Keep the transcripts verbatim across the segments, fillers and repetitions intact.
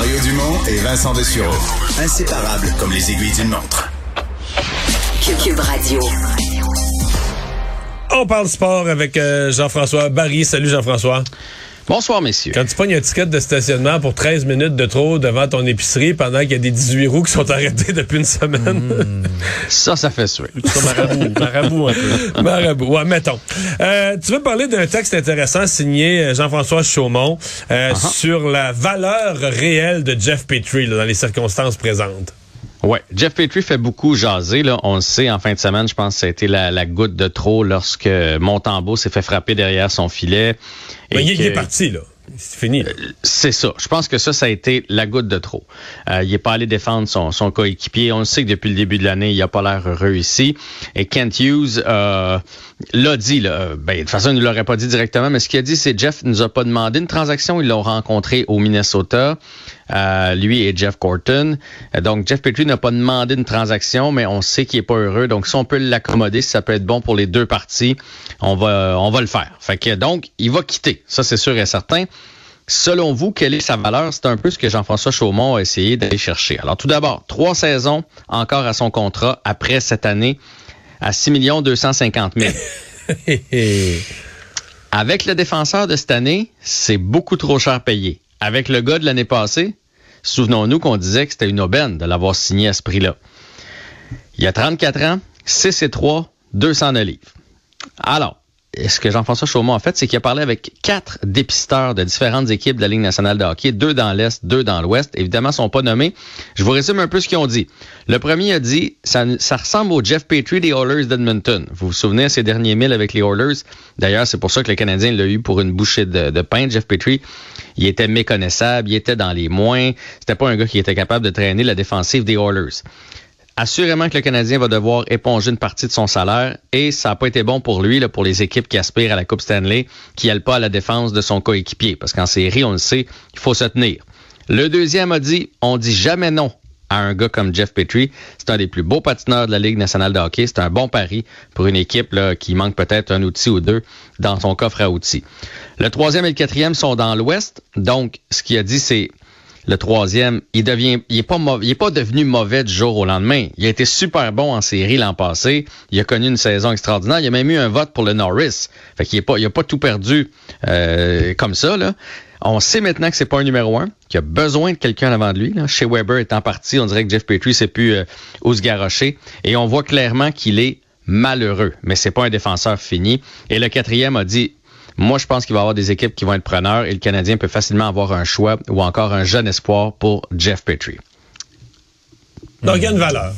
Mario Dumont et Vincent Dessureau. Inséparables comme les aiguilles d'une montre. Cube Radio. On parle sport avec euh, Jean-François Barry. Salut Jean-François. Bonsoir, messieurs. Quand tu pognes un ticket de stationnement pour treize minutes de trop devant ton épicerie pendant qu'il y a des dix-huit roues qui sont arrêtés depuis une semaine. Mmh. Ça, ça fait suer. Ça, marabout, marabout un peu. Marabout, ouais, mettons. Euh, tu veux parler d'un texte intéressant signé Jean-François Chaumont euh, uh-huh. sur la valeur réelle de Jeff Petrie là, dans les circonstances présentes. Ouais, Jeff Petrie fait beaucoup jaser, là. On le sait, en fin de semaine, je pense que ça a été la, la goutte de trop lorsque Montembeault s'est fait frapper derrière son filet. Mais il, que, il est parti, là. C'est fini. Là. Euh, c'est ça. Je pense que ça, ça a été la goutte de trop. Euh, il est pas allé défendre son, son coéquipier. On le sait que depuis le début de l'année, il a pas l'air heureux ici. Et Kent Hughes euh, l'a dit, là. Ben, de toute façon, il ne l'aurait pas dit directement, mais ce qu'il a dit, c'est Jeff nous a pas demandé une transaction. Ils l'ont rencontré au Minnesota. Euh, lui et Jeff Gorton. Donc, Jeff Petrie n'a pas demandé une transaction, mais on sait qu'il est pas heureux. Donc, si on peut l'accommoder, si ça peut être bon pour les deux parties, on va, on va le faire. Fait que, donc, il va quitter. Ça, c'est sûr et certain. Selon vous, quelle est sa valeur? C'est un peu ce que Jean-François Chaumont a essayé d'aller chercher. Alors, tout d'abord, trois saisons encore à son contrat après cette année à six millions deux cent cinquante mille. Avec le défenseur de cette année, c'est beaucoup trop cher payé. Avec le gars de l'année passée, souvenons-nous qu'on disait que c'était une aubaine de l'avoir signé à ce prix-là. Il y a trente-quatre ans, six et trois, deux cent neuf livres. Alors, ce que Jean-François Chaumont a fait, c'est qu'il a parlé avec quatre dépisteurs de différentes équipes de la Ligue nationale de hockey, deux dans l'Est, deux dans l'Ouest. Évidemment, ils ne sont pas nommés. Je vous résume un peu ce qu'ils ont dit. Le premier a dit, ça, ça ressemble au Jeff Petrie des Oilers d'Edmonton. Vous vous souvenez de ces derniers milles avec les Oilers? D'ailleurs, c'est pour ça que le Canadien l'a eu pour une bouchée de, de pain. Jeff Petrie, il était méconnaissable, il était dans les moins. C'était pas un gars qui était capable de traîner la défensive des Oilers. Assurément que le Canadien va devoir éponger une partie de son salaire et ça n'a pas été bon pour lui, là, pour les équipes qui aspirent à la Coupe Stanley, qui n'aillent pas à la défense de son coéquipier. Parce qu'en série, on le sait, il faut se tenir. Le deuxième a dit, on dit jamais non à un gars comme Jeff Petrie. C'est un des plus beaux patineurs de la Ligue nationale de hockey. C'est un bon pari pour une équipe là, qui manque peut-être un outil ou deux dans son coffre à outils. Le troisième et le quatrième sont dans l'Ouest. Donc, ce qu'il a dit, c'est le troisième, il devient, il est pas mauvais, il est pas devenu mauvais du jour au lendemain. Il a été super bon en série l'an passé. Il a connu une saison extraordinaire. Il a même eu un vote pour le Norris. Fait qu'il est pas, il a pas tout perdu euh, comme ça là. On sait maintenant que c'est pas un numéro un, qu'il a besoin de quelqu'un avant de lui. Là. Chez Weber étant parti, on dirait que Jeff Petrie sait plus euh, où se garrocher. Et on voit clairement qu'il est malheureux. Mais c'est pas un défenseur fini. Et le quatrième a dit, moi, je pense qu'il va y avoir des équipes qui vont être preneurs et le Canadien peut facilement avoir un choix ou encore un jeune espoir pour Jeff Petrie. Donc, il y a une valeur.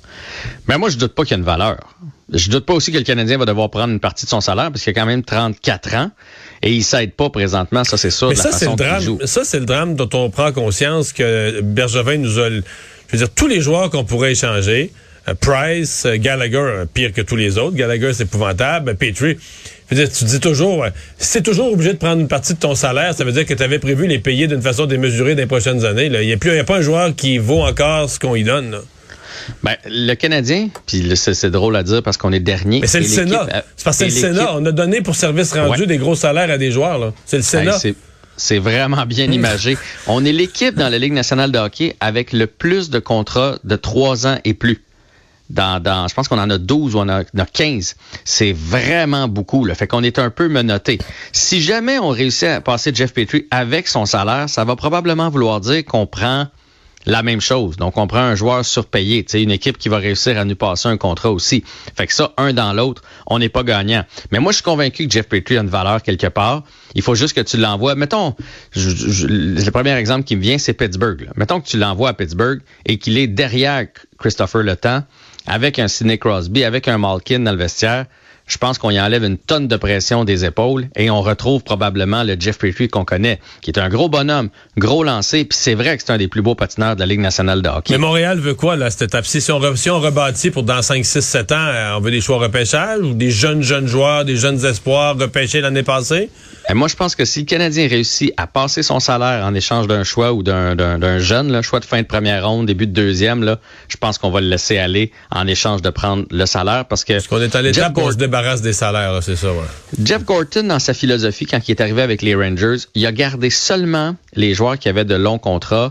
Mais moi, je doute pas qu'il y a une valeur. Je doute pas aussi que le Canadien va devoir prendre une partie de son salaire parce qu'il a quand même trente-quatre ans et il s'aide pas présentement, ça c'est sûr. Mais de ça, la c'est façon le drame. qu'il joue. Ça, c'est le drame dont on prend conscience que Bergevin nous a... Je veux dire, tous les joueurs qu'on pourrait échanger, Price, Gallagher, pire que tous les autres. Gallagher, c'est épouvantable. Petrie... Je veux dire, tu dis toujours, si c'est toujours obligé de prendre une partie de ton salaire, ça veut dire que tu avais prévu les payer d'une façon démesurée dans les prochaines années. Il n'y a, a pas un joueur qui vaut encore ce qu'on y donne. Là. Ben, le Canadien, puis c'est, c'est drôle à dire parce qu'on est dernier. Mais c'est le Sénat. C'est parce que c'est le Sénat. On a donné pour service rendu ouais. des gros salaires à des joueurs. Là. C'est le Sénat. Hey, c'est... C'est vraiment bien imagé. On est l'équipe dans la Ligue nationale de hockey avec le plus de contrats de trois ans et plus. Dans, dans, je pense qu'on en a douze ou on en a quinze. C'est vraiment beaucoup. Là. Fait qu'on est un peu menotté. Si jamais on réussit à passer Jeff Petrie avec son salaire, ça va probablement vouloir dire qu'on prend la même chose. Donc, on prend un joueur surpayé, tu sais, une équipe qui va réussir à nous passer un contrat aussi. Fait que ça, un dans l'autre, on n'est pas gagnant. Mais moi, je suis convaincu que Jeff Petrie a une valeur quelque part. Il faut juste que tu l'envoies. Mettons, je, je, le premier exemple qui me vient, c'est Pittsburgh. Là. Mettons que tu l'envoies à Pittsburgh et qu'il est derrière Christopher Le Temps, avec un Sidney Crosby, avec un Malkin dans le vestiaire. Je pense qu'on y enlève une tonne de pression des épaules et on retrouve probablement le Jeff Petrie qu'on connaît, qui est un gros bonhomme, gros lancé, puis c'est vrai que c'est un des plus beaux patineurs de la Ligue nationale de hockey. Mais Montréal veut quoi, là, à cette étape-ci? Si on, re, si on rebâtit pour dans cinq, six, sept ans, on veut des choix repêchage ou des jeunes, jeunes joueurs, des jeunes espoirs repêchés l'année passée? Et moi, je pense que si le Canadien réussit à passer son salaire en échange d'un choix ou d'un, d'un, d'un jeune, là, choix de fin de première ronde, début de deuxième, là, je pense qu'on va le laisser aller en échange de prendre le salaire parce que... Parce qu'on est à l'étape où on se débarrasse des salaires, là, c'est ça, ouais. Jeff Gorton, dans sa philosophie, quand il est arrivé avec les Rangers, il a gardé seulement les joueurs qui avaient de longs contrats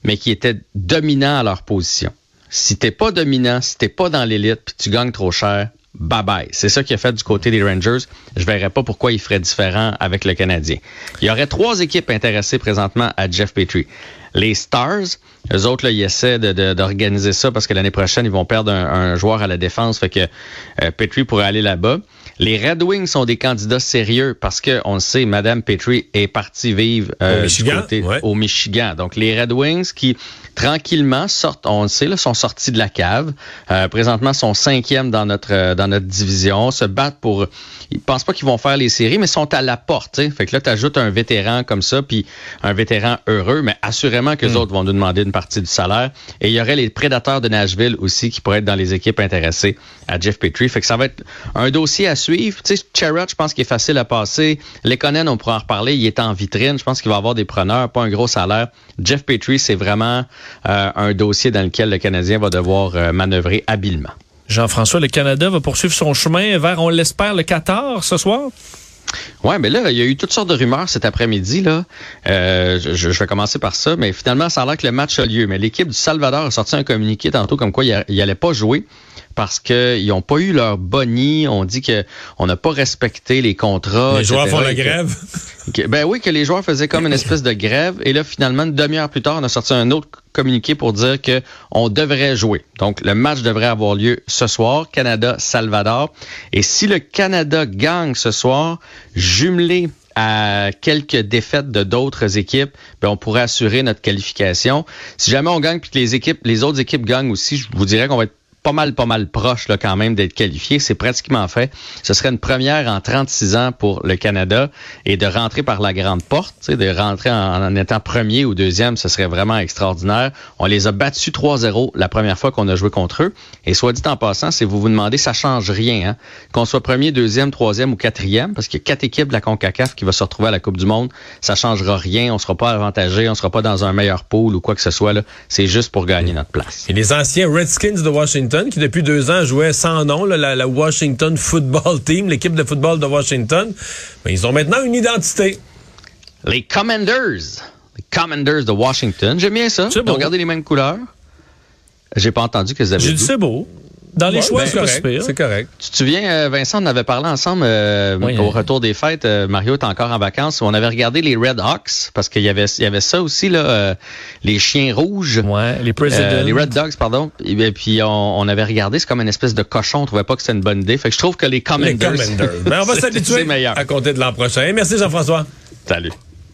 mais qui étaient dominants à leur position. Si t'es pas dominant, si t'es pas dans l'élite, puis tu gagnes trop cher, bye-bye. C'est ça qu'il a fait du côté des Rangers. Je verrais pas pourquoi il ferait différent avec le Canadien. Il y aurait trois équipes intéressées présentement à Jeff Petrie. Les Stars, eux autres, là, ils essaient de, de, d'organiser ça parce que l'année prochaine, ils vont perdre un, un joueur à la défense, fait que euh, Petrie pourrait aller là-bas. Les Red Wings sont des candidats sérieux parce que on le sait, Madame Petrie est partie vivre euh, au Michigan, du côté, ouais. au Michigan. Donc les Red Wings qui tranquillement sortent, on le sait, là, sont sortis de la cave. Euh, présentement, sont cinquièmes dans notre euh, dans notre division, se battent pour. Ils pensent pas qu'ils vont faire les séries, mais sont à la porte. T'sais. Fait que là, tu ajoutes un vétéran comme ça, puis un vétéran heureux, mais assurément que les mm. autres vont nous demander une partie du salaire. Et il y aurait les Prédateurs de Nashville aussi qui pourraient être dans les équipes intéressées à Jeff Petrie. Fait que ça va être un dossier à suivre. Tu sais, Chariot, je pense qu'il est facile à passer. Lekonen, on pourra en reparler. Il est en vitrine. Je pense qu'il va avoir des preneurs, pas un gros salaire. Jeff Petrie, c'est vraiment euh, un dossier dans lequel le Canadien va devoir euh, manœuvrer habilement. Jean-François, le Canada va poursuivre son chemin vers, on l'espère, le Qatar ce soir? Ouais, mais là, il y a eu toutes sortes de rumeurs cet après-midi, là. Euh, je, je vais commencer par ça, mais finalement, ça a l'air que le match a lieu. Mais l'équipe du Salvador a sorti un communiqué tantôt comme quoi il n'allait pas jouer parce qu'ils n'ont pas eu leur boni. On dit que on n'a pas respecté les contrats. Les joueurs et cetera font la grève. Que, ben oui, que les joueurs faisaient comme une espèce de grève. Et là, finalement, une demi-heure plus tard, on a sorti un autre communiqué pour dire que on devrait jouer. Donc, le match devrait avoir lieu ce soir, Canada-Salvador. Et si le Canada gagne ce soir, jumelé à quelques défaites de d'autres équipes, ben on pourrait assurer notre qualification. Si jamais on gagne puis que les équipes, les autres équipes gagnent aussi, je vous dirais qu'on va être pas mal, pas mal proche là, quand même d'être qualifié. C'est pratiquement fait. Ce serait une première en trente-six ans pour le Canada et de rentrer par la grande porte, tu sais, de rentrer en, en étant premier ou deuxième, ce serait vraiment extraordinaire. On les a battus trois zéro la première fois qu'on a joué contre eux. Et soit dit en passant, si vous vous demandez, ça change rien. Hein? Qu'on soit premier, deuxième, troisième ou quatrième, parce qu'il y a quatre équipes de la CONCACAF qui va se retrouver à la Coupe du Monde, ça changera rien. On sera pas avantagé, on sera pas dans un meilleur pool ou quoi que ce soit. Là. C'est juste pour gagner notre place. Et les anciens Redskins de Washington, qui depuis deux ans jouaient sans nom, là, la, la Washington Football Team, l'équipe de football de Washington, ben, ils ont maintenant une identité. Les Commanders. Les Commanders de Washington. J'aime bien ça. Ils ont gardé les mêmes couleurs. J'ai pas entendu que vous avez J'ai dit. dit c'est beau. Dans les ouais, choix, ben, c'est correct, pas super. C'est correct. Tu te souviens, Vincent, on avait parlé ensemble euh, oui, au retour des fêtes. Euh, Mario est encore en vacances. Où on avait regardé les Red Hawks parce qu'il y avait, il y avait ça aussi, là, euh, les chiens rouges. Ouais, les Presidents. Euh, les Red Dogs, pardon. Et, et puis, on, on avait regardé, c'est comme une espèce de cochon. On trouvait pas que c'était une bonne idée. Fait que je trouve que les Commanders... Les Commanders. Ben, on va s'habituer à compter de l'an prochain. Merci, Jean-François. Salut.